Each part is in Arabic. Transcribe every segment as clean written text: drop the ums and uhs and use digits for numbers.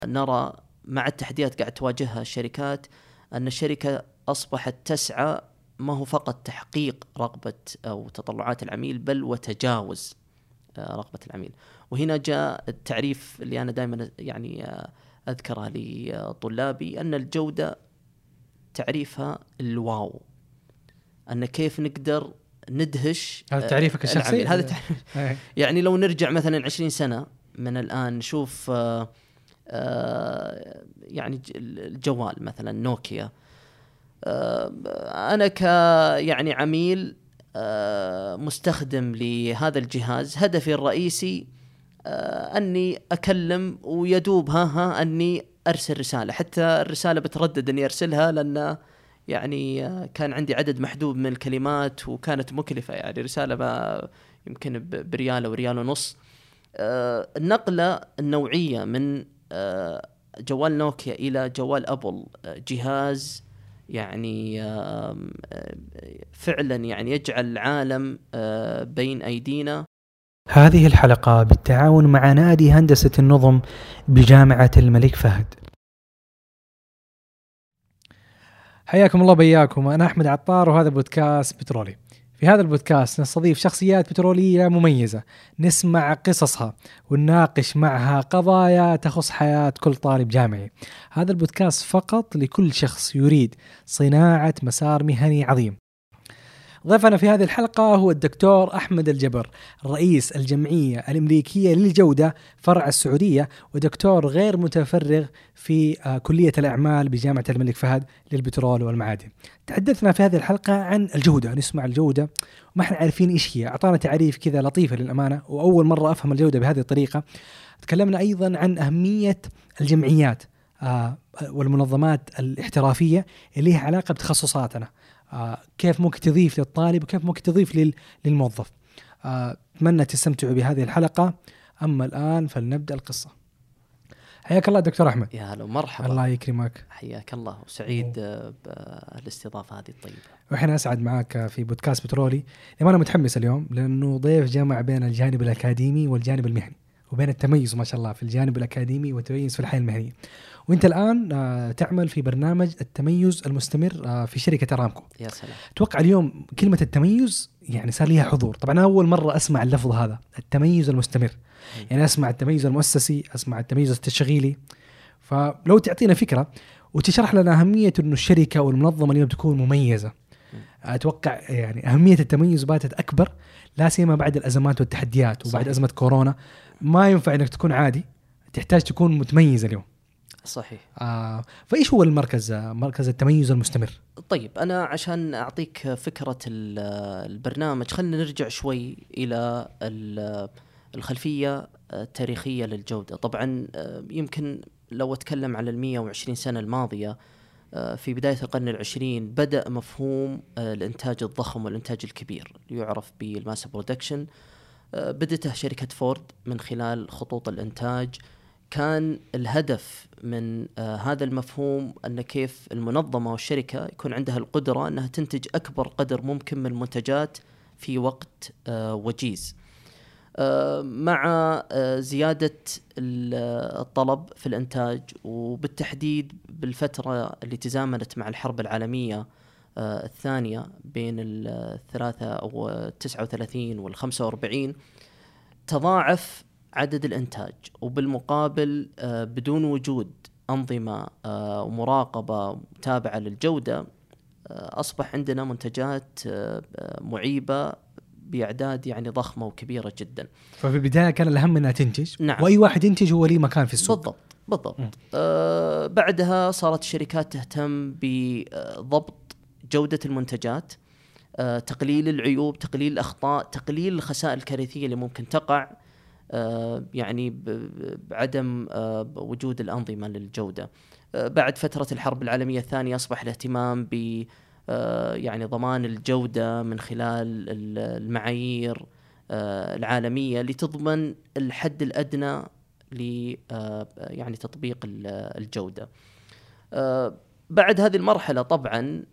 نرى مع التحديات قاعد تواجهها الشركات أن الشركة أصبحت تسعى ما هو فقط تحقيق رغبة أو تطلعات العميل بل وتجاوز رغبة العميل. وهنا جاء التعريف اللي أنا دائما يعني أذكره لطلابي، أن الجودة تعريفها الواو، أن كيف نقدر ندهش. هذا تعريفك الشخصي؟ هذا تعريف. يعني لو نرجع مثلا 20 سنة من الآن نشوف يعني الجوال مثلا نوكيا، أنا يعني عميل مستخدم لهذا الجهاز، هدفي الرئيسي أني أكلم ويدوب أني أرسل رسالة، حتى الرسالة بتردد أني أرسلها لأن يعني كان عندي عدد محدود من الكلمات وكانت مكلفة، يعني رسالة ما يمكن بريال أو ريال ونص. النقلة النوعية من جوال نوكيا إلى جوال أبل، جهاز يعني فعلا يعني يجعل العالم بين أيدينا. هذه الحلقة بالتعاون مع نادي هندسة النظم بجامعة الملك فهد. حياكم الله بياكم، أنا أحمد عطار وهذا بودكاست بترولي. في هذا البودكاست نستضيف شخصيات بترولية مميزة، نسمع قصصها ونناقش معها قضايا تخص حياة كل طالب جامعي. هذا البودكاست فقط لكل شخص يريد صناعة مسار مهني عظيم. ضيفنا في هذه الحلقة هو الدكتور أحمد الجبر، رئيس الجمعية الأمريكية للجودة فرع السعودية، ودكتور غير متفرغ في كلية الأعمال بجامعة الملك فهد للبترول والمعادن. تحدثنا في هذه الحلقة عن الجودة، نسمع الجودة وما احنا عارفين إيش هي، أعطانا تعريف كذا لطيفة للأمانة، وأول مرة أفهم الجودة بهذه الطريقة. تكلمنا أيضا عن أهمية الجمعيات والمنظمات الاحترافية اللي لها علاقة بتخصصاتنا، كيف ممكن تضيف للطالب وكيف ممكن تضيف للموظف. أتمنى تستمتعوا بهذه الحلقة. أما الآن فلنبدأ القصة. حياك الله دكتور أحمد. يا هلا ومرحبا. الله يكرمك. حياك الله وسعيد بالاستضافة هذه الطيبة. وإحنا أسعد معك في بودكاست بترولي. أنا متحمس اليوم لأنه ضيف جمع بين الجانب الأكاديمي والجانب المهني، وبين التميز ما شاء الله في الجانب الأكاديمي والتميز في الحياة المهنية. وانت الآن تعمل في برنامج التميز المستمر في شركة أرامكو. يا سلام. أتوقع اليوم كلمة التميز يعني صار لها حضور. طبعا أنا أول مرة أسمع اللفظ هذا، التميز المستمر. يعني أسمع التميز المؤسسي، أسمع التميز التشغيلي. فلو تعطينا فكرة وتشرح لنا أهمية إنه الشركة والمنظمة اليوم تكون مميزة. أتوقع يعني أهمية التميز باتت أكبر، لا سيما بعد الأزمات والتحديات. وبعد أزمة كورونا ما ينفع إنك تكون عادي، تحتاج تكون متميز اليوم. صحيح. فإيش هو مركز التميز المستمر؟ طيب أنا عشان أعطيك فكرة البرنامج خلينا نرجع شوي إلى الخلفية التاريخية للجودة. طبعا يمكن لو أتكلم على 120 سنة الماضية، في بداية القرن العشرين بدأ مفهوم الإنتاج الضخم والإنتاج الكبير يعرف بالماس برودكشن. بدأته شركة فورد من خلال خطوط الإنتاج. كان الهدف من هذا المفهوم أن كيف المنظمة والشركة يكون عندها القدرة أنها تنتج أكبر قدر ممكن من المنتجات في وقت وجيز. مع زيادة الطلب في الإنتاج، وبالتحديد بالفترة اللي تزامنت مع الحرب العالمية الثانية بين 39 و45، تضاعف عدد الإنتاج، وبالمقابل بدون وجود أنظمة ومراقبة متابعة للجودة أصبح عندنا منتجات معيبة بأعداد يعني ضخمة وكبيرة جدا. ففي البداية كان الأهم أنها تنتج. نعم. وأي واحد ينتج هو ليه مكان في السوق. بالضبط. بعدها صارت الشركات تهتم بضبط جودة المنتجات، تقليل العيوب، تقليل الأخطاء، تقليل الخسائر الكارثية اللي ممكن تقع يعني بعدم وجود الأنظمة للجودة. بعد فترة الحرب العالمية الثانية أصبح الاهتمام ب يعني ضمان الجودة من خلال المعايير العالمية لتضمن الحد الأدنى ل يعني تطبيق الجودة. بعد هذه المرحلة طبعا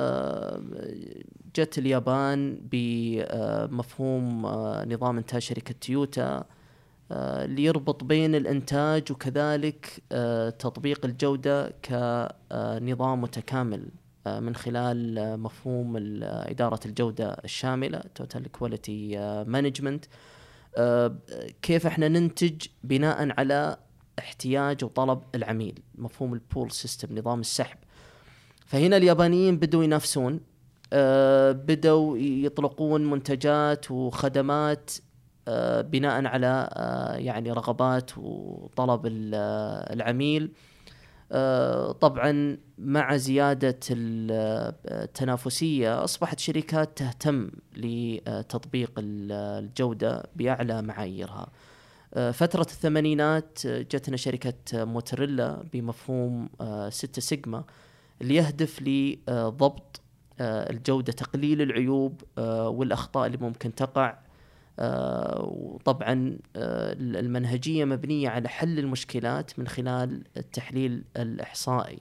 جت اليابان بمفهوم نظام إنتاج شركة تويوتا اللي يربط بين الإنتاج وكذلك تطبيق الجودة كنظام متكامل من خلال مفهوم إدارة الجودة الشاملة Total Quality Management. كيف احنا ننتج بناء على احتياج وطلب العميل، مفهوم البول سيستم، نظام السحب. فهنا اليابانيين بدوا ينافسون، بدوا يطلقون منتجات وخدمات بناء على يعني رغبات وطلب العميل. طبعا مع زيادة التنافسية أصبحت شركات تهتم لتطبيق الجودة بأعلى معاييرها. فترة الثمانينات جتنا شركة موتوريلا بمفهوم 6 سيجما اللي يهدف لضبط الجودة، تقليل العيوب والأخطاء اللي ممكن تقع. وطبعا المنهجية مبنية على حل المشكلات من خلال التحليل الإحصائي.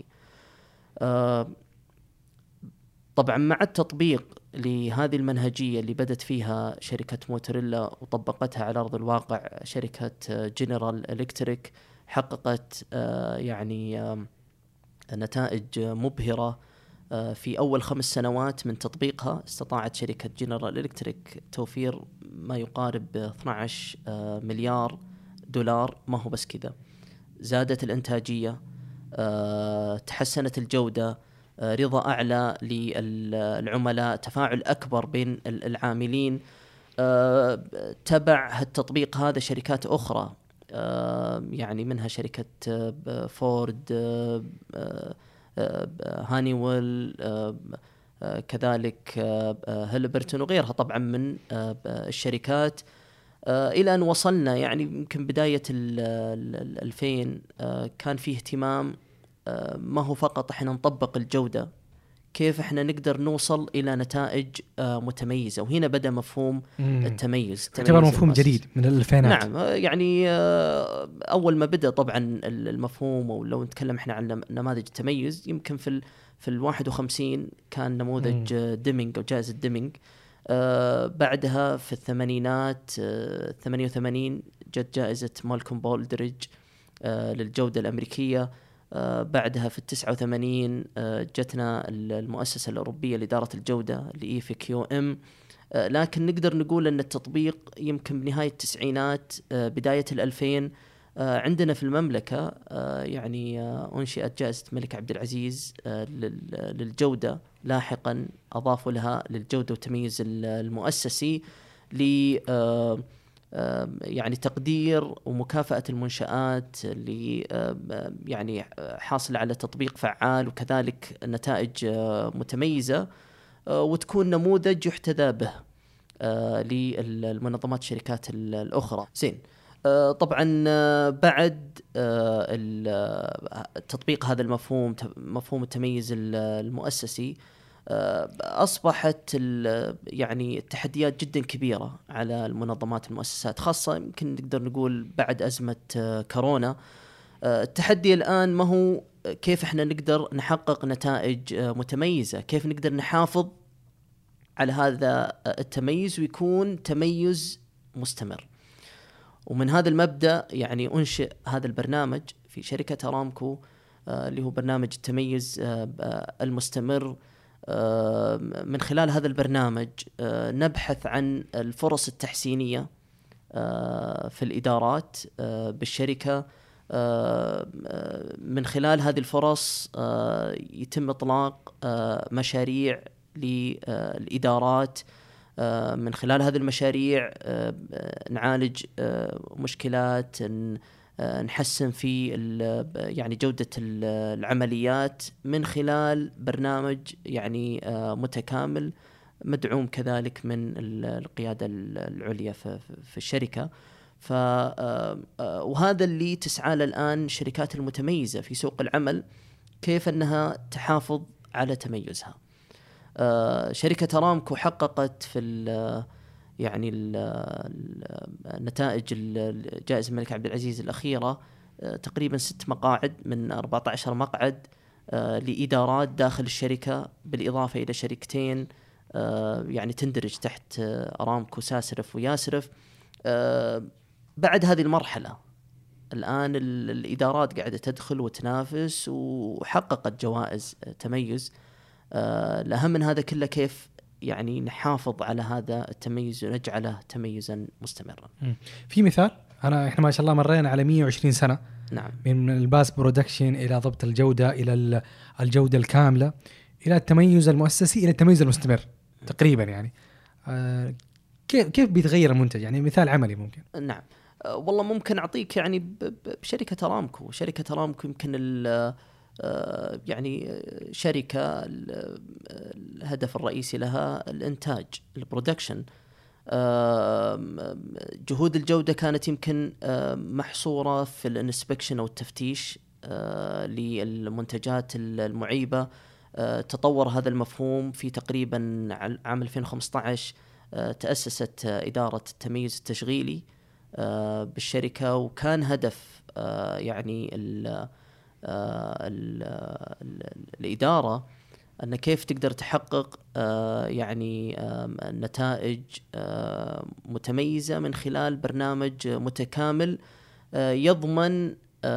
طبعا مع التطبيق لهذه المنهجية اللي بدت فيها شركة موتوريلا وطبقتها على أرض الواقع شركة جنرال إلكتريك، حققت يعني نتائج مبهرة. في أول 5 سنوات من تطبيقها استطاعت شركة جنرال إلكتريك توفير ما يقارب 12 مليار دولار. ما هو بس كذا، زادت الإنتاجية، تحسنت الجودة، رضا أعلى للعملاء، تفاعل أكبر بين العاملين. تبع التطبيق هذا شركات أخرى، يعني منها شركة فورد، هانيويل، كذلك هيلبرتون وغيرها طبعا من الشركات، إلى أن وصلنا يعني يمكن بداية 2000 كان فيه اهتمام. ما هو فقط احنا نطبق الجودة، كيف احنا نقدر نوصل إلى نتائج متميزة. وهنا بدأ مفهوم التميز. يعتبر مفهوم جديد من الألفينات. نعم، يعني أول ما بدأ طبعا المفهوم، ولو نتكلم احنا عن نماذج التميز، يمكن في 51 كان نموذج ديمينج أو جائزة ديمينج. بعدها في الثمانينات 88 جت جائزة مالكوم بولدريج للجودة الأمريكية. بعدها في 89 جتنا المؤسسة الأوروبية لإدارة الجودة لEFQM. لكن نقدر نقول أن التطبيق يمكن بنهاية التسعينات بداية 2000 عندنا في المملكة يعني أنشئت جائزة الملك عبد العزيز للجودة. لاحقا أضافوا لها للجودة والتميز المؤسسي يعني تقدير ومكافأة المنشآت اللي يعني حاصل على تطبيق فعال وكذلك نتائج متميزة، وتكون نموذج يحتذى به للمنظمات الشركات الأخرى. زين، طبعا بعد التطبيق هذا المفهوم، مفهوم التميز المؤسسي، أصبحت يعني التحديات جدا كبيرة على المنظمات المؤسسات، خاصة يمكن نقدر نقول بعد أزمة كورونا. التحدي الآن ما هو كيف احنا نقدر نحقق نتائج متميزة، كيف نقدر نحافظ على هذا التميز ويكون تميز مستمر. ومن هذا المبدأ يعني أنشئ هذا البرنامج في شركة أرامكو اللي هو برنامج التميز المستمر. من خلال هذا البرنامج نبحث عن الفرص التحسينية في الإدارات بالشركة. من خلال هذه الفرص يتم إطلاق مشاريع للإدارات. من خلال هذه المشاريع نعالج مشكلات، نحسن في يعني جودة العمليات من خلال برنامج يعني متكامل مدعوم كذلك من القيادة العليا في الشركة. وهذا اللي تسعى له الآن الشركات المتميزة في سوق العمل، كيف أنها تحافظ على تميزها. شركة أرامكو حققت في يعني نتائج جائزة الملك عبد العزيز الأخيرة تقريبا 6 مقاعد من 14 مقعد لإدارات داخل الشركة، بالإضافة إلى شركتين يعني تندرج تحت أرامكو، ساسرف وياسرف. بعد هذه المرحلة الآن الإدارات قاعدة تدخل وتنافس وحققت جوائز تميز. الأهم من هذا كله كيف يعني نحافظ على هذا التميز ونجعله تميزا مستمرا. في مثال، احنا ما شاء الله مرينا على 120 سنة. نعم. من الباس برودكشن إلى ضبط الجودة إلى الجودة الكاملة إلى التميز المؤسسي إلى التميز المستمر تقريبا يعني. كيف بيتغير المنتج يعني؟ مثال عملي ممكن. نعم. والله ممكن أعطيك يعني بشركة أرامكو. شركة أرامكو يمكن يعني شركة الهدف الرئيسي لها الإنتاج، البرودكشن. جهود الجودة كانت يمكن محصورة في الانسبكشن أو التفتيش للمنتجات المعيبة. تطور هذا المفهوم في تقريبا عام 2015. تأسست إدارة التمييز التشغيلي بالشركة، وكان هدف يعني الإدارة أن كيف تقدر تحقق يعني نتائج متميزة من خلال برنامج متكامل يضمن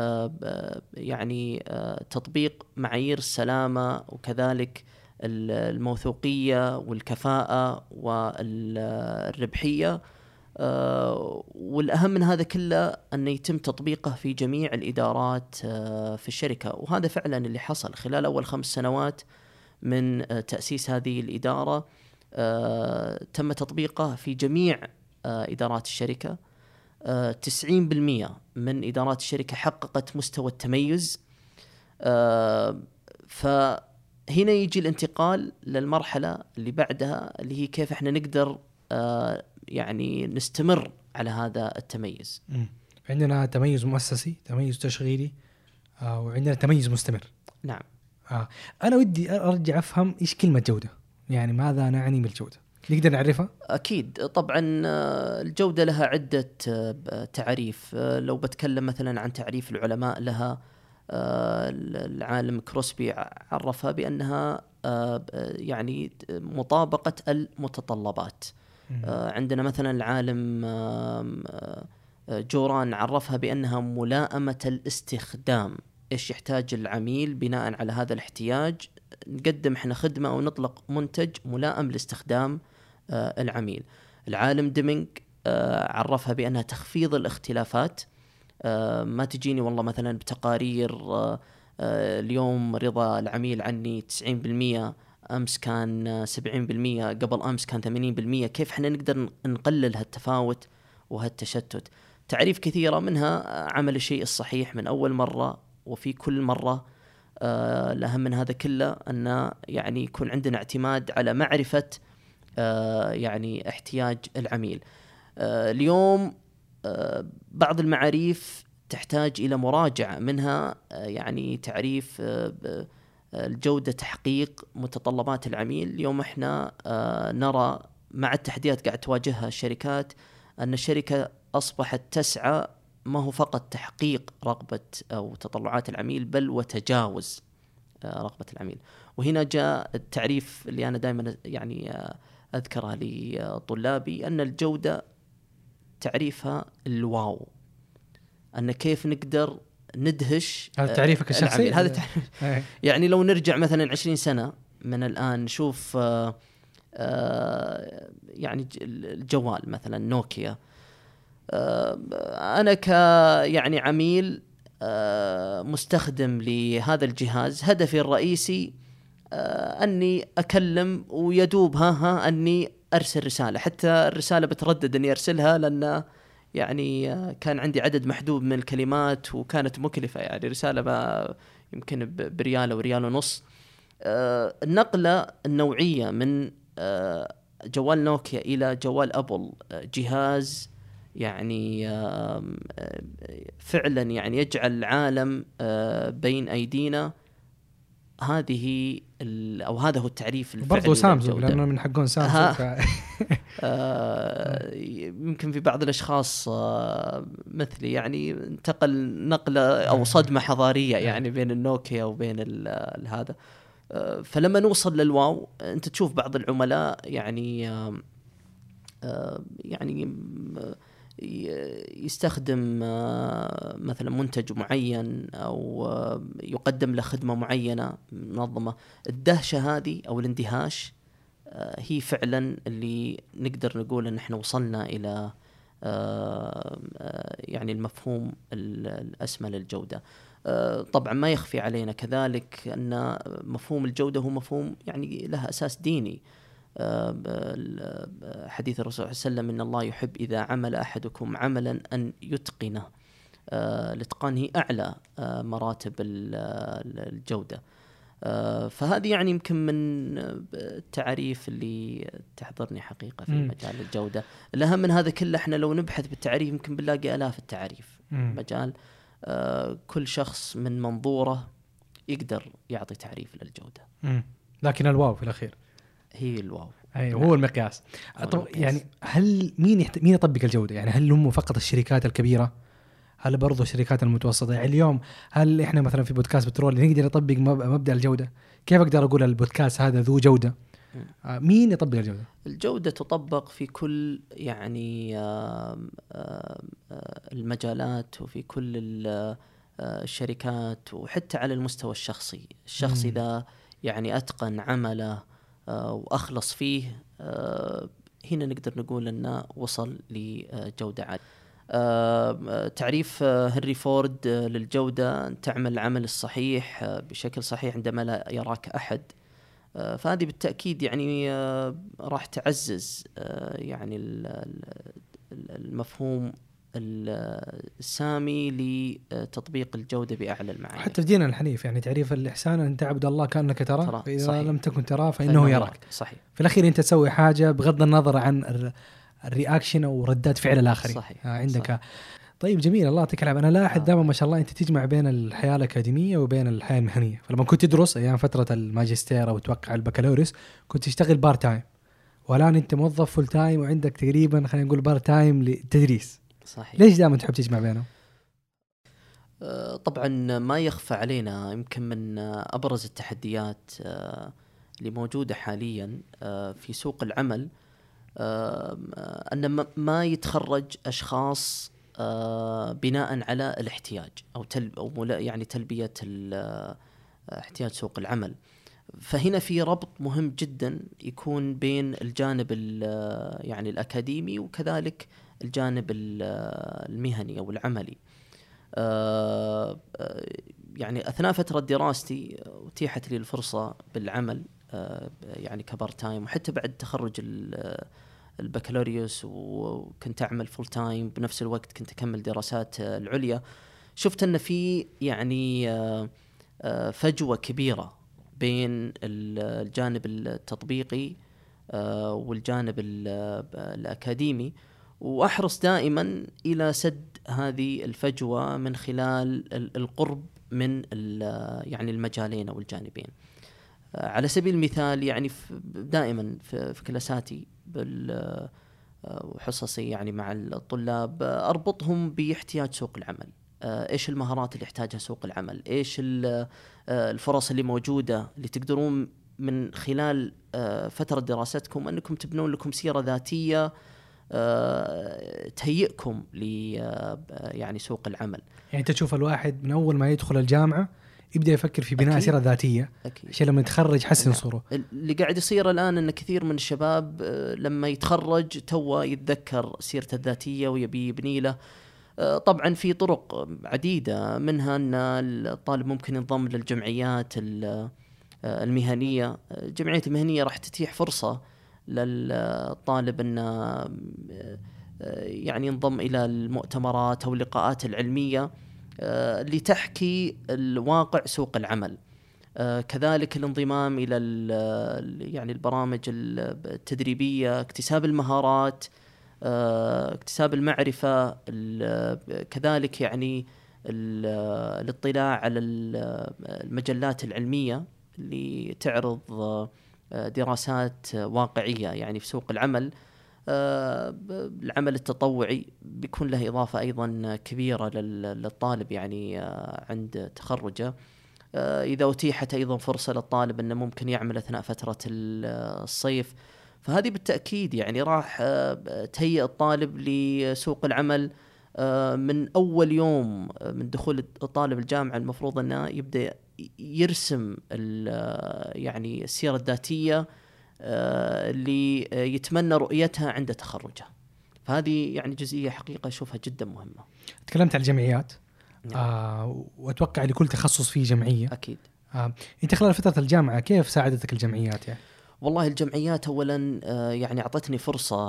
يعني تطبيق معايير السلامة وكذلك الموثوقية والكفاءة والربحية. والأهم من هذا كله أن يتم تطبيقه في جميع الإدارات في الشركة، وهذا فعلا اللي حصل خلال أول 5 سنوات من تأسيس هذه الإدارة. تم تطبيقه في جميع إدارات الشركة. 90% من إدارات الشركة حققت مستوى التميز. فهنا يجي الانتقال للمرحلة اللي بعدها، اللي هي كيف احنا نقدر يعني نستمر على هذا التميز. عندنا تميز مؤسسي، تميز تشغيلي، وعندنا تميز مستمر. نعم. أنا ودي أرجع أفهم إيش كلمة جودة، يعني ماذا نعني بالجودة؟ نقدر نعرفها؟ أكيد طبعا. الجودة لها عدة تعريف. لو بتكلم مثلا عن تعريف العلماء لها، العالم كروسبي عرفها بأنها يعني مطابقة المتطلبات. عندنا مثلا العالم جوران عرفها بأنها ملائمة الاستخدام. إيش يحتاج العميل، بناء على هذا الاحتياج نقدم احنا خدمة أو نطلق منتج ملائم لاستخدام العميل. العالم ديمينج عرفها بأنها تخفيض الاختلافات. ما تجيني والله مثلا بتقارير اليوم رضا العميل عني 90%، أمس كان 70%، قبل أمس كان 80%. كيف احنا نقدر نقلل هالتفاوت وهالتشتت؟ تعريف كثيرة منها عمل الشيء الصحيح من أول مرة وفي كل مرة. الأهم من هذا كله أن يعني يكون عندنا اعتماد على معرفة يعني احتياج العميل. اليوم بعض المعاريف تحتاج إلى مراجعة، منها يعني تعريف الجودة تحقيق متطلبات العميل. اليوم احنا نرى مع التحديات قاعد تواجهها الشركات أن الشركة أصبحت تسعى ما هو فقط تحقيق رغبة أو تطلعات العميل، بل وتجاوز رغبة العميل. وهنا جاء التعريف اللي أنا دائما يعني أذكرها لطلابي، أن الجودة تعريفها الواو، أن كيف نقدر ندهش. هذا تعريفك الشخصي؟ هذا تعريف. يعني لو نرجع مثلا 20 سنة من الآن نشوف يعني الجوال مثلا نوكيا. أنا يعني عميل مستخدم لهذا الجهاز، هدفي الرئيسي أني أكلم ويدوب أني أرسل رسالة. حتى الرسالة بتردد أني أرسلها لأن يعني كان عندي عدد محدود من الكلمات وكانت مكلفة. يعني رسالة ما يمكن بريال أو ريال ونص. النقلة النوعية من جوال نوكيا إلى جوال أبل، جهاز يعني فعلا يعني يجعل العالم بين أيدينا. هذه أو هذا هو التعريف الفعلي. برضو سامسونج لأنه من حقون سامسونج. يمكن في بعض الأشخاص مثلي يعني انتقل نقلة أو صدمة حضارية يعني بين النوكيا وبين هذا. فلما نوصل للواو أنت تشوف بعض العملاء يعني يستخدم مثلا منتج معين أو يقدم له خدمة معينة منظمة. الدهشة هذه أو الاندهاش هي فعلا اللي نقدر نقول أن احنا وصلنا إلى يعني المفهوم الأسمى للجودة. طبعا ما يخفي علينا كذلك أن مفهوم الجودة هو مفهوم يعني له أساس ديني. حديث الرسول صلى الله عليه وسلم إن الله يحب إذا عمل أحدكم عملا أن يتقنه. الإتقان هي أعلى مراتب الجودة. فهذه يعني يمكن من التعريف اللي تحضرني حقيقة في مجال الجودة. الأهم من هذا كله احنا لو نبحث بالتعريف يمكن بنلاقي آلاف التعريف. مجال كل شخص من منظوره يقدر يعطي تعريف للجودة. لكن الواو في الأخير هي الواو. أيوه هو المقياس. طب يعني هل مين يطبق الجودة؟ يعني هل هم فقط الشركات الكبيرة؟ هل برضو الشركات المتوسطة؟ يعني اليوم هل إحنا مثلا في بودكاست بترول نقدر نطبق مبدأ الجودة؟ كيف أقدر أقول البودكاست هذا ذو جودة؟ مين يطبق الجودة؟ الجودة تطبق في كل يعني المجالات وفي كل الشركات وحتى على المستوى الشخصي. الشخص إذا يعني أتقن عمله وأخلص فيه هنا نقدر نقول أنه وصل لجودة عالية. تعريف هنري فورد للجودة أن تعمل العمل الصحيح بشكل صحيح عندما لا يراك أحد. فهذه بالتأكيد يعني راح تعزز يعني المفهوم السامي لتطبيق الجودة بأعلى المعايير. حتى في ديننا الحنيف يعني تعريف الإحسان أن تعبد الله كأنك تراه فإذا صحيح. لم تكن تراه فإنه يراك. صحيح. في الأخير أنت تسوي حاجة بغض النظر عن الرياكشن أو ردات فعل الآخرين. صحيح. عندك صحيح. طيب جميل الله يعطيك العافية. أنا لاحظ دائما ما شاء الله أنت تجمع بين الحياة الأكاديمية وبين الحياة المهنية. فلما كنت تدرس أيام فترة الماجستير أو توقع البكالوريوس كنت تشتغل بار تايم، والآن أنت موظف فول تايم وعندك تقريبا خلينا نقول بار تايم للتدريس. صحيح. ليش دائما تحب تجمع بينهم؟ طبعا ما يخفى علينا يمكن من أبرز التحديات اللي موجودة حاليا في سوق العمل أن ما يتخرج أشخاص بناء على الاحتياج أو يعني تلبية احتياج سوق العمل. فهنا في ربط مهم جدا يكون بين الجانب يعني الأكاديمي وكذلك الجانب المهني أو العملي. يعني أثناء فترة دراستي أتيحت لي الفرصة بالعمل يعني كبار تايم، وحتى بعد تخرج البكالوريوس وكنت أعمل فول تايم بنفس الوقت كنت أكمل دراسات العليا. شفت أن في يعني فجوة كبيرة بين الجانب التطبيقي والجانب الأكاديمي، وأحرص دائما إلى سد هذه الفجوة من خلال القرب من يعني المجالين أو الجانبين. على سبيل المثال يعني دائما في كلاساتي وحصصي يعني مع الطلاب أربطهم باحتياج سوق العمل. إيش المهارات اللي يحتاجها سوق العمل، إيش الفرص اللي موجودة اللي تقدرون من خلال فترة دراستكم أنكم تبنون لكم سيرة ذاتية تهيئكم يعني سوق العمل. يعني تشوف الواحد من أول ما يدخل الجامعة يبدأ يفكر في بناء سيرة ذاتية عشان لما يتخرج يحسن صوره. اللي قاعد يصير الآن أن كثير من الشباب لما يتخرج توه يتذكر سيرته الذاتية ويبي يبني له. طبعا في طرق عديدة، منها أن الطالب ممكن ينضم للجمعيات المهنية. الجمعيات المهنية راح تتيح فرصة للطالب أن يعني ينضم إلى المؤتمرات أو اللقاءات العلمية اللي تحكي الواقع سوق العمل. كذلك الانضمام إلى يعني البرامج التدريبية، اكتساب المهارات، اكتساب المعرفة، كذلك يعني الاطلاع على المجلات العلمية اللي تعرض دراسات واقعية يعني في سوق العمل. العمل التطوعي بيكون له إضافة أيضا كبيرة للطالب يعني عند تخرجه. إذا أتيحت أيضا فرصة للطالب أنه ممكن يعمل أثناء فترة الصيف، فهذه بالتأكيد يعني راح تهيئ الطالب لسوق العمل من أول يوم من دخول الطالب الجامعة. المفروض أنه يبدأ يرسم يعني السيرة الذاتية اللي يتمنى رؤيتها عند تخرجه. فهذه يعني جزئية حقيقة أشوفها جدا مهمة. تكلمت عن الجمعيات. وأتوقع لكل تخصص فيه جمعية. أكيد. أنت خلال فترة الجامعة كيف ساعدتك الجمعيات يعني؟ والله الجمعيات أولا يعني أعطتني فرصة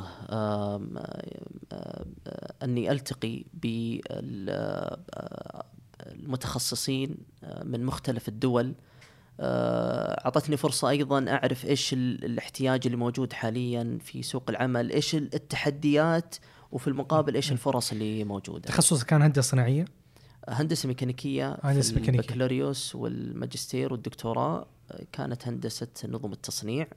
أني ألتقي بالمتخصصين من مختلف الدول. أعطتني فرصة أيضا أعرف إيش الاحتياج اللي موجود حاليا في سوق العمل، إيش التحديات، وفي المقابل إيش الفرص اللي موجودة. تخصصك كان هندسة صناعية؟ هندسة ميكانيكية. في البكالوريوس والماجستير والدكتوراه كانت هندسة نظم التصنيع،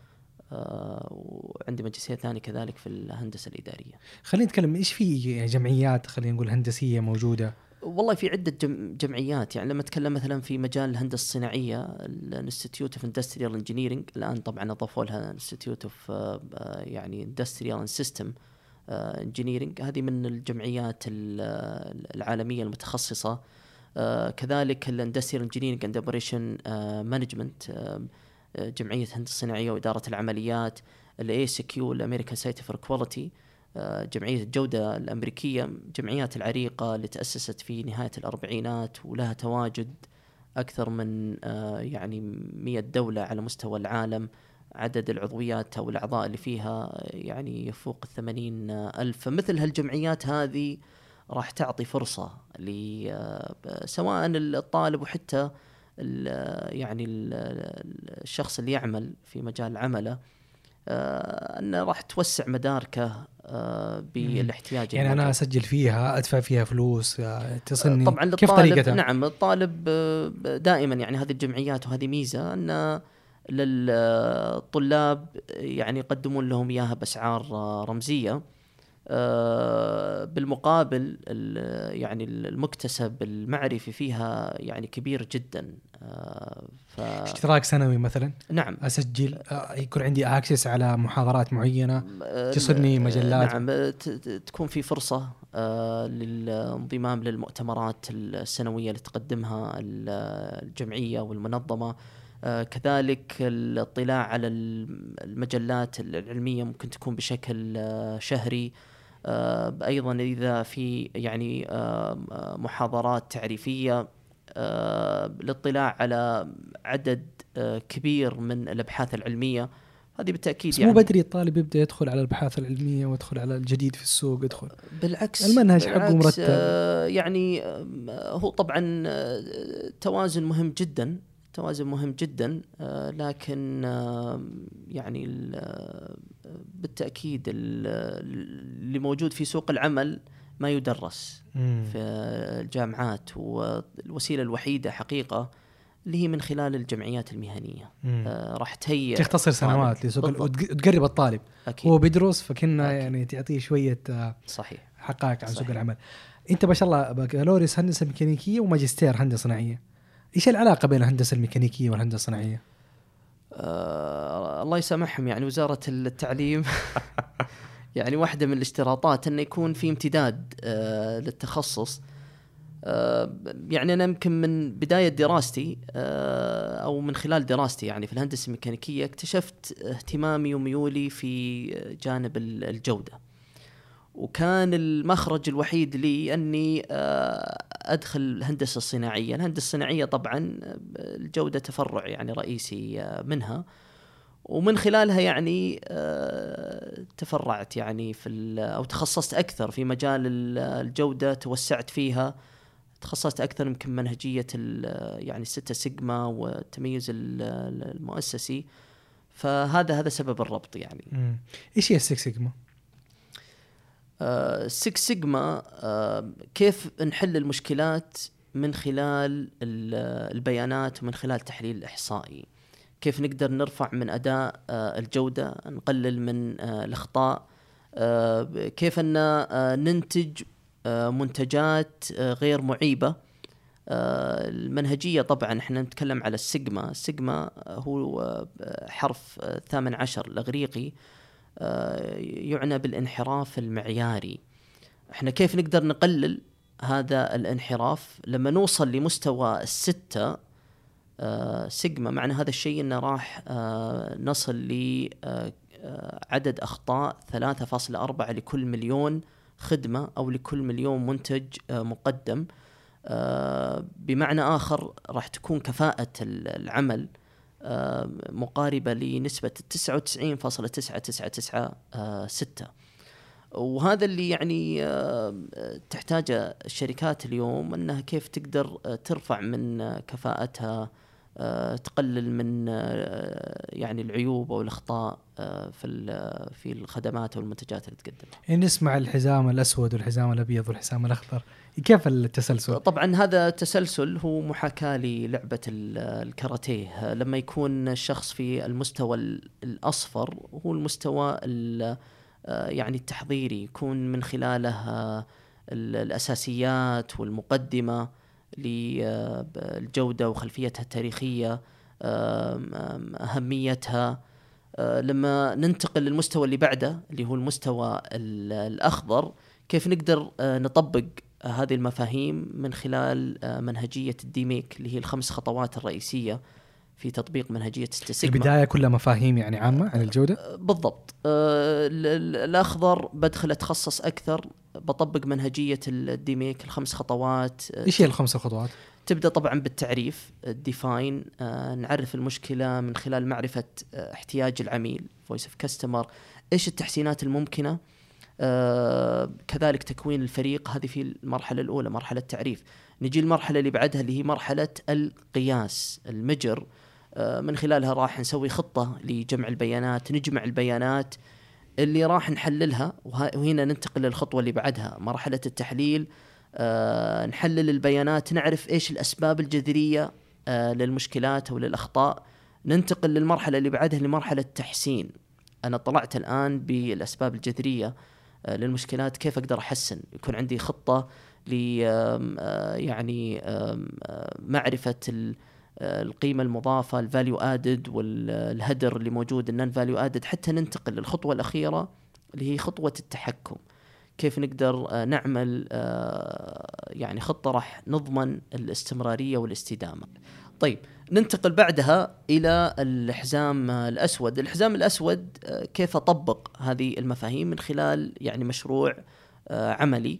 وعندي ماجستير ثاني كذلك في الهندسة الإدارية. خلينا نتكلم إيش في جمعيات خلينا نقول هندسية موجودة. والله في عدة جمعيات. يعني لما أتكلم مثلا في مجال الهندسة الصناعية، الانستيتيوت اوف اندستريال انجينيرنج، الآن طبعا أضافوا لها انستيتيوت اوف يعني اندستريال اند سيستم انجينيرنج. هذه من الجمعيات العالمية المتخصصة. كذلك الاندستريال انجينيرنج اند اوبريشن مانجمنت، جمعية الهندسة الصناعية وإدارة العمليات. الASQ الأمريكان ساينتفك فور كواليتي، جمعية الجودة الأمريكية. جمعيات العريقة اللي تأسست في نهاية الأربعينات ولها تواجد أكثر من يعني 100 دولة على مستوى العالم. عدد العضويات أو الأعضاء اللي فيها يعني يفوق 80,000. فمثل هالجمعيات هذه راح تعطي فرصة سواء الطالب وحتى يعني الشخص اللي يعمل في مجال عمله أنه راح توسع مداركه بالاحتياج. يعني أنا أسجل فيها، أدفع فيها فلوس، تصلني طبعا كيف طريقتها؟ نعم، الطالب دائما يعني هذه الجمعيات وهذه ميزة أن للطلاب يعني يقدمون لهم إياها بأسعار رمزية. بالمقابل يعني المكتسب المعرفي فيها يعني كبير جدا. اشتراك سنوي مثلا؟ نعم. أسجل، يكون عندي أكسس على محاضرات معينة، تصلني مجلات. نعم، تكون في فرصة للانضمام للمؤتمرات السنوية اللي تقدمها الجمعية والمنظمة. كذلك الاطلاع على المجلات العلمية ممكن تكون بشكل شهري. أيضا إذا في يعني محاضرات تعريفية، الاطلاع على عدد كبير من الأبحاث العلمية. هذه بالتأكيد يعني مو بدري الطالب يبدأ يدخل على الأبحاث العلمية ويدخل على الجديد في السوق. يدخل بالعكس، المنهج حقه مرتب. يعني هو طبعا توازن مهم جدا، لكن يعني بالتأكيد اللي موجود في سوق العمل ما يدرس في الجامعات، والوسيلة الوحيدة حقيقة اللي هي من خلال الجمعيات المهنية. راح تختصر سنوات لسوق وتقرب الطالب. أكيد. هو بيدرس فكنا يعني تعطيه شوية صحيح حقائق عن سوق العمل. انت ما شاء الله بكالوريوس هندسة ميكانيكية وماجستير هندسة صناعية، ايش العلاقة بين الهندسة الميكانيكية والهندسة الصناعية؟ الله يسامحهم يعني وزارة التعليم يعني واحدة من الاشتراطات أن يكون في امتداد للتخصص. يعني أنا يمكن من بداية دراستي أو من خلال دراستي يعني في الهندسة الميكانيكية اكتشفت اهتمامي وميولي في جانب الجودة، وكان المخرج الوحيد لي أني أدخل الهندسة الصناعية. الهندسة الصناعية طبعا الجودة تفرع يعني رئيسي منها، ومن خلالها يعني تفرعت يعني أو تخصصت أكثر في مجال الجودة، توسعت فيها، تخصصت أكثر يمكن منهجية يعني 6 سيجما والتميز المؤسسي. فهذا سبب الربط يعني. إيش هي 6 سيجما؟ 6 سيجما كيف نحل المشكلات من خلال البيانات ومن خلال تحليل الإحصائي. كيف نقدر نرفع من أداء الجودة، نقلل من الأخطاء، كيف أن ننتج منتجات غير معيبة المنهجية طبعا احنا نتكلم على السيجما. السيجما هو حرف 18 الإغريقي، يعنى بالانحراف المعياري. احنا كيف نقدر نقلل هذا الانحراف؟ لما نوصل لمستوى 6 سيجما، معنى هذا الشيء انه راح نصل لعدد أخطاء 3.4 لكل مليون خدمة أو لكل مليون منتج مقدم. بمعنى آخر راح تكون كفاءة العمل مقاربة لنسبة 99.99996. وهذا اللي يعني تحتاجه الشركات اليوم، أنها كيف تقدر ترفع من كفاءتها، تقلل من يعني العيوب أو الأخطاء في الخدمات والمنتجات اللي تقدمها. نسمع الحزام الأسود والحزام الأبيض والحزام الأخضر، كيف التسلسل؟ طبعا هذا التسلسل هو محاكاة للعبة الكاراتيه. لما يكون الشخص في المستوى الأصفر، هو المستوى يعني التحضيري، يكون من خلاله الأساسيات والمقدمة للجودة وخلفيتها التاريخية، أهميتها. لما ننتقل للمستوى اللي بعده اللي هو المستوى الأخضر، كيف نقدر نطبق هذه المفاهيم من خلال منهجية الديميك اللي هي ال5 خطوات الرئيسية في تطبيق منهجية السيجما. البداية كلها مفاهيم يعني عامة عن الجودة. بالضبط. الأخضر بدخل أتخصص أكثر، بطبق منهجية الديميك ال5 خطوات. إيش هي ال5 خطوات؟ تبدأ طبعا بالتعريف، الديفاين، نعرف المشكلة من خلال معرفة احتياج العميل، voice of customer، إيش التحسينات الممكنة. كذلك تكوين الفريق، هذه في المرحلة الأولى، مرحلة التعريف. نجي المرحلة اللي بعدها اللي هي مرحلة القياس، المجر. من خلالها راح نسوي خطة لجمع البيانات، نجمع البيانات اللي راح نحللها، وهنا ننتقل للخطوة اللي بعدها، مرحلة التحليل. نحلل البيانات، نعرف إيش الأسباب الجذرية للمشكلات أو للأخطاء. ننتقل للمرحلة اللي بعدها لمرحلة التحسين. أنا طلعت الآن بالأسباب الجذرية للمشكلات، كيف أقدر أحسن؟ يكون عندي خطة يعني معرفة القيمة المضافة، الفاليو ادد، والهدر اللي موجود، النون فاليو ادد، حتى ننتقل للخطوة الأخيرة اللي هي خطوة التحكم. كيف نقدر نعمل يعني خطة راح نضمن الاستمرارية والاستدامة. طيب، ننتقل بعدها إلى الحزام الأسود. الحزام الأسود كيف أطبق هذه المفاهيم من خلال يعني مشروع عملي.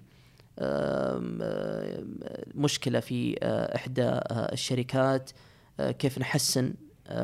مشكلة في إحدى الشركات، كيف نحسن.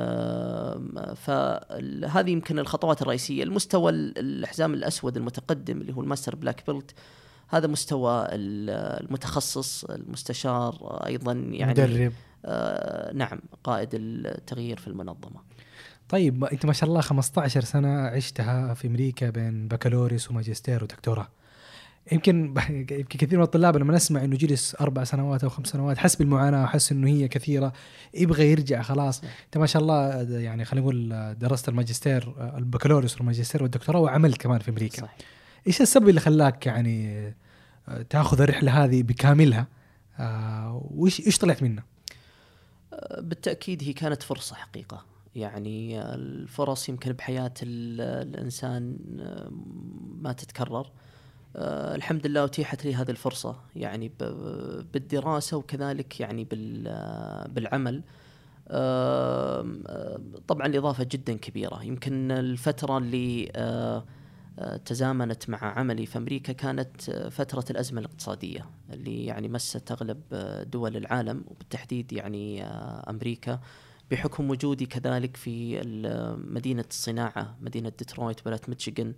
فهذه يمكن الخطوات الرئيسية. المستوى الحزام الأسود المتقدم اللي هو الماستر بلاك بيلت، هذا مستوى المتخصص، المستشار، أيضا يعني مدرب. نعم، قائد التغيير في المنظمة. طيب، أنت ما شاء الله 15 سنة عشتها في أمريكا بين بكالوريوس وماجستير ودكتوراه. يمكن كثير من الطلاب لما نسمع إنه جلس 4 سنوات أو 5 سنوات، حسب المعاناة وحس إنه هي كثيرة، يبغى يرجع خلاص. أنت ما شاء الله يعني خلينا نقول درست الماجستير، البكالوريوس والماجستير والدكتوراه، وعملت كمان في أمريكا. صحيح. إيش السبب اللي خلاك يعني تأخذ الرحلة هذه بكاملها؟ وإيش طلعت منها؟ بالتأكيد هي كانت فرصة حقيقة. يعني الفرص يمكن بحياة الإنسان ما تتكرر. الحمد لله أتيحت لي هذه الفرصة، يعني بالدراسة وكذلك يعني بالعمل. طبعا الإضافة جدا كبيرة. يمكن الفترة اللي تزامنت مع عملي في أمريكا كانت فترة الأزمة الاقتصادية اللي يعني مست أغلب دول العالم، وبالتحديد يعني أمريكا، بحكم وجودي كذلك في مدينة الصناعة، مدينة ديترويت، ولاية ميشيغان.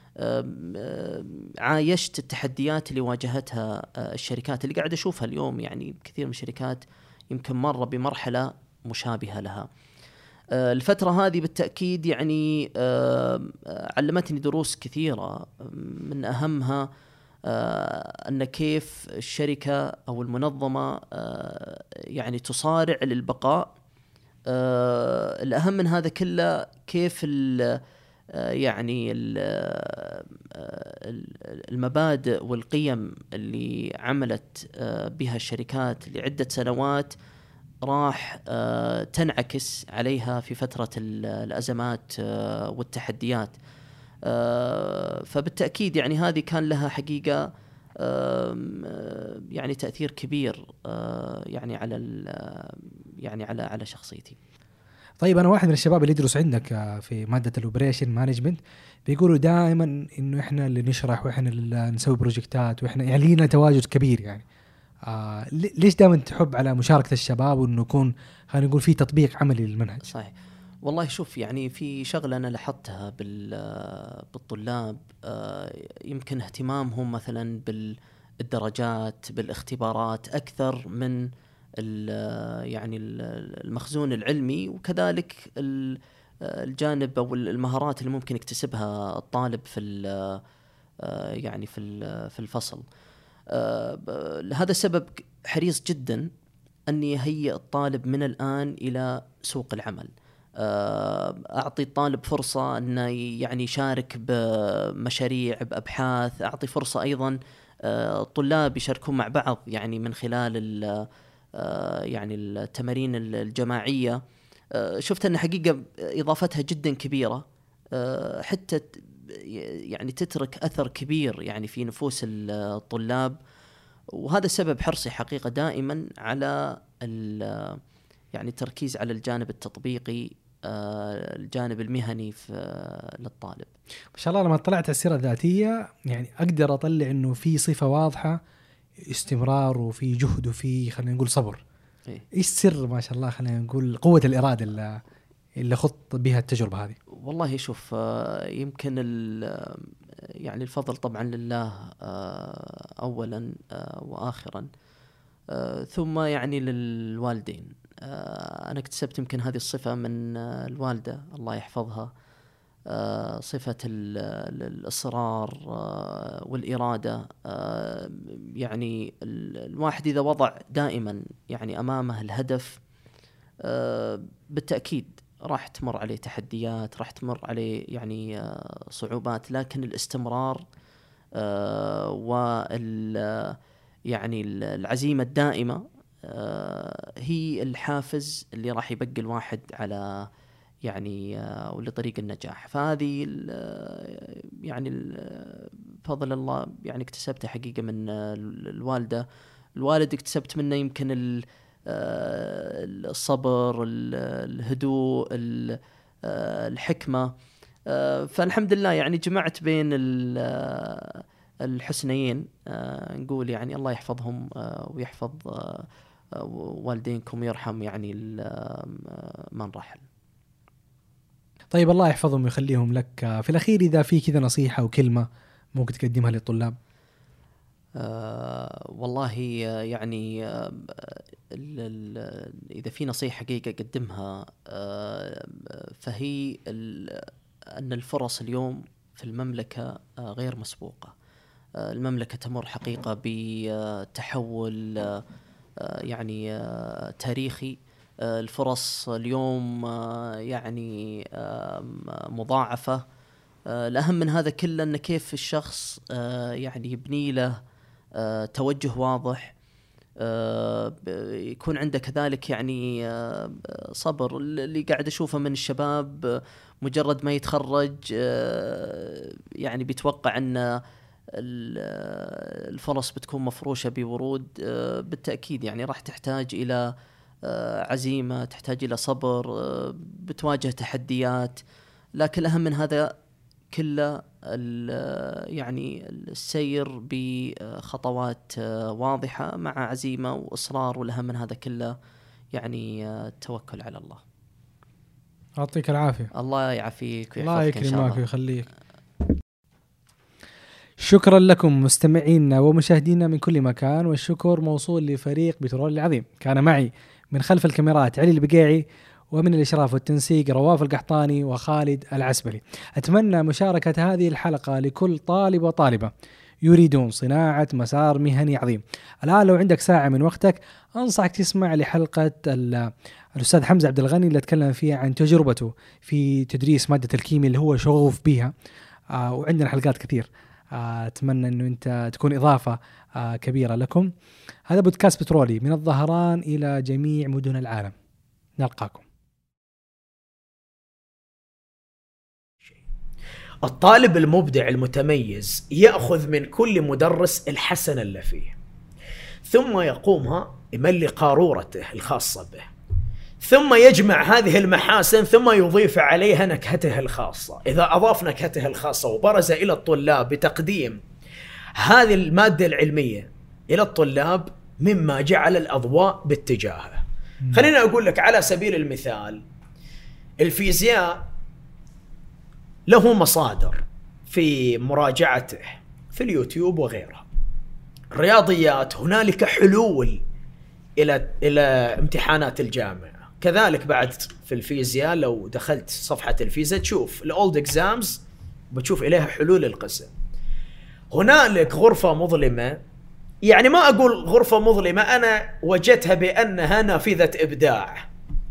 عايشت التحديات اللي واجهتها الشركات اللي قاعد أشوفها اليوم. يعني كثير من الشركات يمكن مر بمرحلة مشابهة لها. الفترة هذه بالتأكيد يعني علمتني دروس كثيرة، من أهمها أن كيف الشركة أو المنظمة يعني تصارع للبقاء. الأهم من هذا كله كيف يعني المبادئ والقيم اللي عملت بها الشركات لعدة سنوات راح تنعكس عليها في فترة الأزمات والتحديات. فبالتأكيد يعني هذه كان لها حقيقة يعني تأثير كبير يعني على شخصيتي. طيب أنا واحد من الشباب اللي يدرس عندك في مادة الأوبريشن مانجمنت، بيقولوا دائما إنه إحنا اللي نشرح وإحنا اللي نسوي بروجكتات وإحنا يعني لنا تواجد كبير يعني. ليش دائما تحب على مشاركة الشباب وإنه يكون خلينا نقول في تطبيق عملي للمنهج؟ صحيح. والله شوف، يعني في شغلة أنا لاحظتها بالطلاب، يمكن اهتمامهم مثلا بالدرجات بالاختبارات أكثر من يعني المخزون العلمي، وكذلك الجانب أو المهارات اللي ممكن يكتسبها الطالب يعني في الفصل. لهذا السبب حريص جدا أن يهيئ الطالب من الآن إلى سوق العمل. أعطي الطالب فرصة أنه يعني يشارك بمشاريع بأبحاث، أعطي فرصة أيضا الطلاب يشاركون مع بعض يعني من خلال يعني التمارين الجماعية. شفت أن حقيقة إضافتها جدا كبيرة، حتى يعني تترك أثر كبير يعني في نفوس الطلاب. وهذا سبب حرصي حقيقة دائما على يعني التركيز على الجانب التطبيقي، الجانب المهني للطالب. ما شاء الله لما طلعت على السيرة الذاتية يعني أقدر أطلع إنه في صفة واضحة، استمرار وفي جهد وفي خلينا نقول صبر. إيش سر ما شاء الله خلينا نقول قوة الإرادة اللي خط بها التجربة هذه؟ والله شوف، يمكن يعني الفضل طبعا لله أولا وآخرا، ثم يعني للوالدين. أنا اكتسبت يمكن هذه الصفة من الوالدة الله يحفظها، صفة الإصرار والإرادة. يعني الواحد إذا وضع دائما يعني أمامه الهدف، بالتأكيد راح تمر عليه تحديات، راح تمر عليه يعني صعوبات، لكن الاستمرار يعني العزيمة الدائمة هي الحافز اللي راح يبقي الواحد على يعني ولطريق النجاح. فهذه يعني بفضل الله يعني اكتسبتها حقيقة من الوالدة. الوالد اكتسبت منه يمكن الصبر، الهدوء، الحكمة. فالحمد لله يعني جمعت بين الحسنيين، نقول يعني الله يحفظهم ويحفظ والدينكم ويرحم يعني من رحل. طيب الله يحفظهم ويخليهم لك. في الأخير إذا في كذا نصيحة وكلمة ممكن تقدمها للطلاب؟ والله يعني إذا في نصيحة حقيقة أقدمها فهي أن الفرص اليوم في المملكة غير مسبوقة. المملكة تمر حقيقة بتحول يعني تاريخي. الفرص اليوم يعني مضاعفة. الأهم من هذا كله أن كيف الشخص يعني يبني له توجه واضح، يكون عنده كذلك يعني صبر. اللي قاعد أشوفه من الشباب مجرد ما يتخرج يعني بيتوقع أن الفرص بتكون مفروشة بورود. بالتأكيد يعني راح تحتاج إلى عزيمة، تحتاج إلى صبر، بتواجه تحديات، لكن الأهم من هذا كله يعني السير بخطوات واضحة مع عزيمة وإصرار، والأهم من هذا كله يعني التوكل على الله. يعطيك العافية. الله يعافيك الله يكرمك ويخليك. شكرا لكم مستمعينا ومشاهدينا من كل مكان، والشكر موصول لفريق بترول العظيم. كان معي من خلف الكاميرات علي البقيعي، ومن الإشراف والتنسيق رواف القحطاني وخالد العسبلي. أتمنى مشاركة هذه الحلقة لكل طالب وطالبة يريدون صناعة مسار مهني عظيم. الآن لو عندك ساعة من وقتك أنصحك تسمع لحلقة الأستاذ حمزة عبد الغني اللي اتكلم فيها عن تجربته في تدريس مادة الكيمياء اللي هو شغوف بها. وعندنا حلقات كثير، أتمنى أنه أنت تكون إضافة كبيرة لكم. هذا بودكاست بترولي من الظهران إلى جميع مدن العالم، نلقاكم. الطالب المبدع المتميز يأخذ من كل مدرس الحسنة اللي فيه، ثم يقومها يملي قارورته الخاصة به، ثم يجمع هذه المحاسن ثم يضيف عليها نكهته الخاصة. إذا أضاف نكهته الخاصة وبرز إلى الطلاب بتقديم هذه المادة العلمية إلى الطلاب، مما جعل الأضواء باتجاهه. خلينا أقول لك على سبيل المثال، الفيزياء له مصادر في مراجعته في اليوتيوب وغيرها. الرياضيات هنالك حلول إلى امتحانات الجامعة. كذلك بعد في الفيزياء لو دخلت صفحة الفيزياء تشوف الأولد إكزامز بتشوف إليها حلول القسم. هنالك غرفة مظلمة، يعني ما أقول غرفة مظلمة، أنا وجدتها بأنها نافذة إبداع.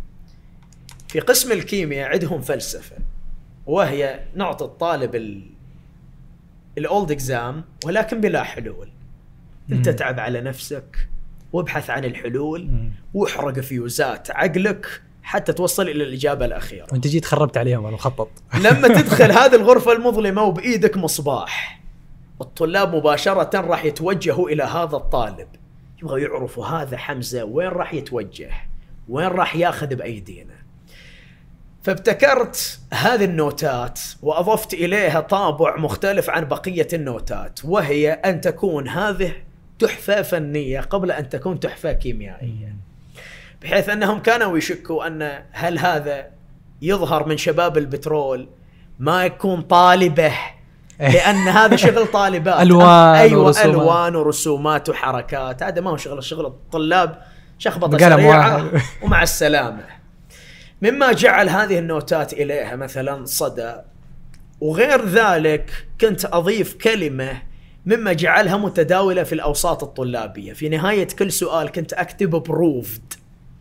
في قسم الكيمياء عندهم فلسفة، وهي نعطي الطالب الأولد إكزام ولكن بلا حلول. أنت تعب على نفسك وابحث عن الحلول واحرق فيوزات عقلك حتى توصل إلى الإجابة الأخيرة. وانت جيت خربت عليهم المخطط. لما تدخل هذه الغرفة المظلمة وبإيدك مصباح، الطلاب مباشرة راح يتوجهوا إلى هذا الطالب، يبغوا يعرفوا هذا حمزة وين راح يتوجه، وين راح ياخذ بأيدينا. فابتكرت هذه النوتات وأضفت إليها طابع مختلف عن بقية النوتات، وهي أن تكون هذه تحفة فنية قبل أن تكون تحفة كيميائية، بحيث أنهم كانوا يشكوا أن هل هذا يظهر من شباب البترول ما يكون طالبه، لأن هذا شغل طالبات. ألوان أيوة ورسومات. ألوان ورسومات وحركات، هذا ما هو شغل الطلاب، شخبطة سريعة ومع السلامة. مما جعل هذه النوتات إليها مثلا صدى. وغير ذلك كنت أضيف كلمة مما جعلها متداولة في الأوساط الطلابية. في نهاية كل سؤال كنت أكتب proved،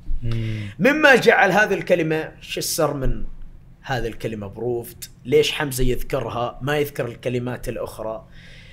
مما جعل هذه الكلمة، شو السر من هذه الكلمة proved؟ ليش حمزة يذكرها ما يذكر الكلمات الأخرى؟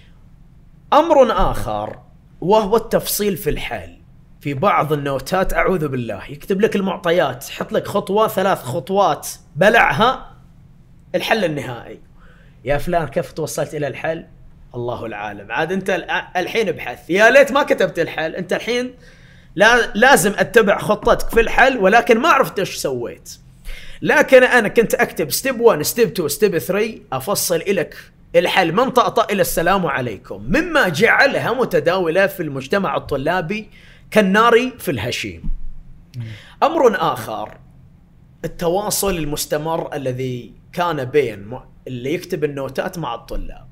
أمر آخر وهو التفصيل في الحل. في بعض النوتات أعوذ بالله يكتب لك المعطيات، يحط لك خطوة 3 خطوات بلعها الحل النهائي. يا فلان كيف توصلت إلى الحل؟ الله العالم، عاد أنت الحين ابحث، يا ليت ما كتبت الحل. أنت الحين لازم أتبع خطتك في الحل، ولكن ما عرفت إيش سويت. لكن أنا كنت أكتب ستيب 1 ستيب 2 ستيب 3، أفصل إليك الحل من طقطق إلى السلام عليكم، مما جعلها متداولة في المجتمع الطلابي كالنار في الهشيم. أمر آخر التواصل المستمر الذي كان بين اللي يكتب النوتات مع الطلاب.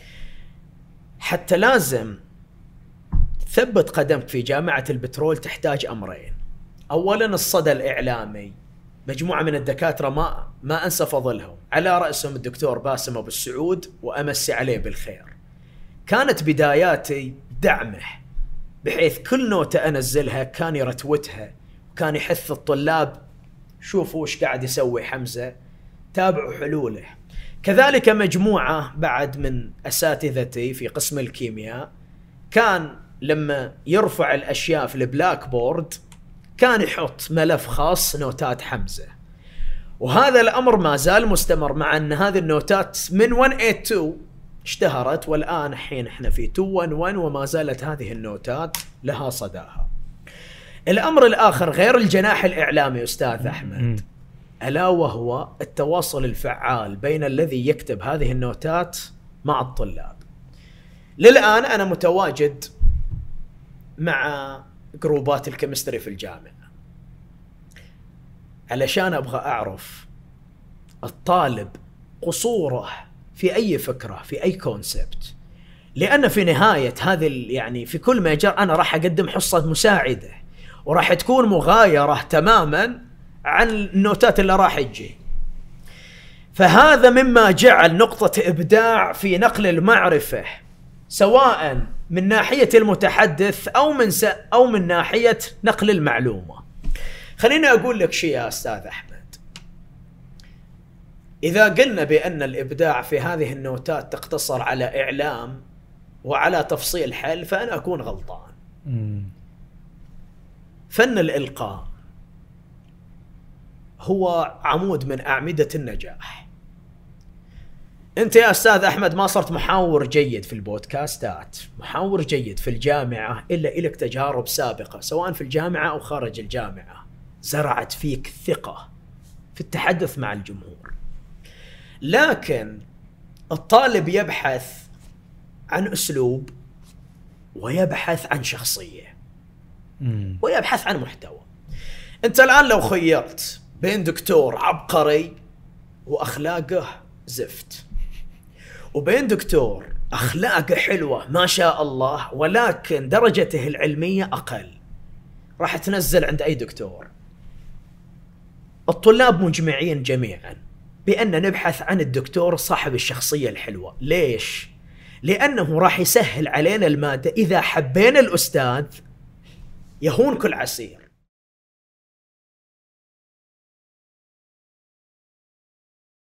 حتى لازم تثبت قدمك في جامعة البترول تحتاج أمرين. أولا الصدى الإعلامي، مجموعة من الدكاترة ما أنسى فضلهم، على رأسهم الدكتور باسم أبو السعود وأمسي عليه بالخير. كانت بداياتي دعمه، بحيث كل نوتة أنزلها كان يرتوتها وكان يحث الطلاب شوفوا وش قاعد يسوي حمزة، تابعوا حلوله. كذلك مجموعة بعد من أساتذتي في قسم الكيمياء، كان لما يرفع الأشياء في البلاك بورد كان يحط ملف خاص نوتات حمزة، وهذا الأمر ما زال مستمر، مع أن هذه النوتات من 182 اشتهرت، والآن حين احنا في 211 وما زالت هذه النوتات لها صداها. الأمر الآخر غير الجناح الإعلامي أستاذ أحمد، ألا وهو التواصل الفعال بين الذي يكتب هذه النوتات مع الطلاب. للآن أنا متواجد مع جروبات الكيمستري في الجامعة علشان أبغى أعرف الطالب قصوره في أي فكرة، في أي كونسبت، لأن في نهاية هذه يعني في كل ميجر أنا راح أقدم حصة مساعدة وراح تكون مغايرة تماما عن النوتات اللي راح تجي. فهذا مما جعل نقطة إبداع في نقل المعرفة سواء من ناحية المتحدث أو من ناحية نقل المعلومة. خليني أقول لك شيء يا أستاذ أحمد، إذا قلنا بأن الإبداع في هذه النوتات تقتصر على إعلام وعلى تفصيل حل فأنا أكون غلطان. فن الإلقاء هو عمود من أعمدة النجاح. أنت يا أستاذ أحمد ما صرت محاور جيد في البودكاستات، محاور جيد في الجامعة، إلا إلك تجارب سابقة سواء في الجامعة أو خارج الجامعة زرعت فيك ثقة في التحدث مع الجمهور. لكن الطالب يبحث عن أسلوب، ويبحث عن شخصية، ويبحث عن محتوى. أنت الآن لو خيرت بين دكتور عبقري وأخلاقه زفت، وبين دكتور أخلاقه حلوة ما شاء الله ولكن درجته العلمية أقل، راح تنزل عند أي دكتور. الطلاب مجمعين جميعا بأن نبحث عن الدكتور صاحب الشخصية الحلوة. ليش؟ لأنه راح يسهل علينا المادة. إذا حبينا الأستاذ يهون كل عسير،